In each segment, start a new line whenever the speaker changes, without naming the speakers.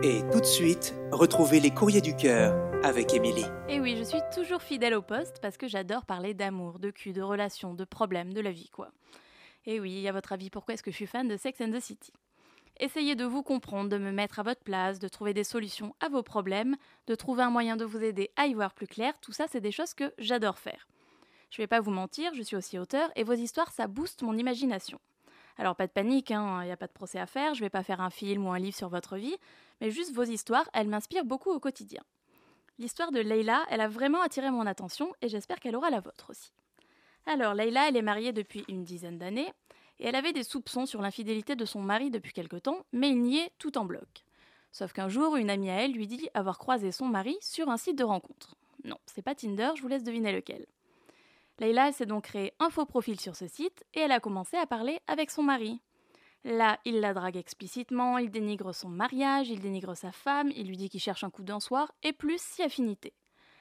Et tout de suite, retrouvez les courriers du cœur avec Émilie.
Et oui, je suis toujours fidèle au poste parce que j'adore parler d'amour, de cul, de relations, de problèmes, de la vie, quoi. Et oui, à votre avis, pourquoi est-ce que je suis fan de Sex and the City? Essayez de vous comprendre, de me mettre à votre place, de trouver des solutions à vos problèmes, de trouver un moyen de vous aider à y voir plus clair, tout ça, c'est des choses que j'adore faire. Je vais pas vous mentir, je suis aussi auteur et vos histoires, ça booste mon imagination. Alors pas de panique, il n'y a pas de procès à faire, je vais pas faire un film ou un livre sur votre vie, mais juste vos histoires, elles m'inspirent beaucoup au quotidien. L'histoire de Leïla, elle a vraiment attiré mon attention et j'espère qu'elle aura la vôtre aussi. Alors, Leïla, elle est mariée depuis une dizaine d'années et elle avait des soupçons sur l'infidélité de son mari depuis quelque temps, mais il niait tout en bloc. Sauf qu'un jour, une amie à elle lui dit avoir croisé son mari sur un site de rencontre. Non, c'est pas Tinder, je vous laisse deviner lequel. Leïla, elle s'est donc créé un faux profil sur ce site et elle a commencé à parler avec son mari. Là, il la drague explicitement, il dénigre son mariage, il dénigre sa femme, il lui dit qu'il cherche un coup d'un soir, et plus si affinité.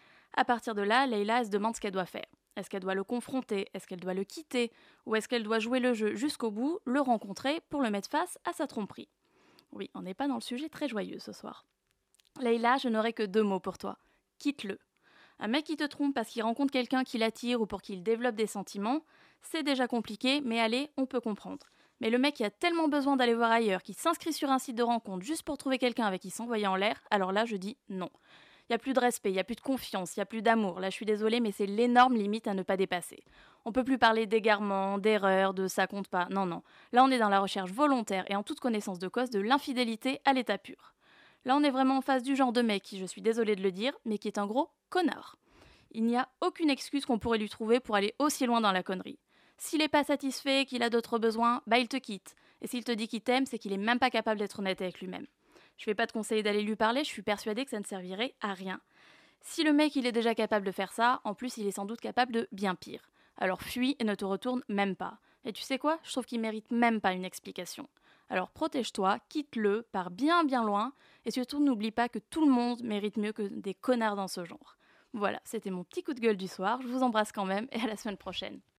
À partir de là, Leïla, elle se demande ce qu'elle doit faire. Est-ce qu'elle doit le confronter? Est-ce qu'elle doit le quitter? Ou est-ce qu'elle doit jouer le jeu jusqu'au bout, le rencontrer pour le mettre face à sa tromperie? Oui, on n'est pas dans le sujet très joyeux ce soir. Leïla, je n'aurai que deux mots pour toi. Quitte-le. Un mec qui te trompe parce qu'il rencontre quelqu'un qui l'attire ou pour qu'il développe des sentiments, c'est déjà compliqué, mais allez, on peut comprendre. Mais le mec qui a tellement besoin d'aller voir ailleurs, qui s'inscrit sur un site de rencontre juste pour trouver quelqu'un avec qui s'envoyer en l'air, alors là je dis non. Il n'y a plus de respect, il n'y a plus de confiance, il n'y a plus d'amour. Là je suis désolée, mais c'est l'énorme limite à ne pas dépasser. On peut plus parler d'égarement, d'erreur, de ça compte pas. Non, non. Là on est dans la recherche volontaire et en toute connaissance de cause de l'infidélité à l'état pur. Là on est vraiment en face du genre de mec qui, je suis désolée de le dire, mais qui est un gros connard. Il n'y a aucune excuse qu'on pourrait lui trouver pour aller aussi loin dans la connerie. S'il n'est pas satisfait, qu'il a d'autres besoins, bah il te quitte. Et s'il te dit qu'il t'aime, c'est qu'il est même pas capable d'être honnête avec lui-même. Je vais pas te conseiller d'aller lui parler, je suis persuadée que ça ne servirait à rien. Si le mec il est déjà capable de faire ça, en plus il est sans doute capable de bien pire. Alors fuis et ne te retourne même pas. Et tu sais quoi? Je trouve qu'il mérite même pas une explication. Alors protège-toi, quitte-le, pars bien bien loin, et surtout n'oublie pas que tout le monde mérite mieux que des connards dans ce genre. Voilà, c'était mon petit coup de gueule du soir, je vous embrasse quand même et à la semaine prochaine.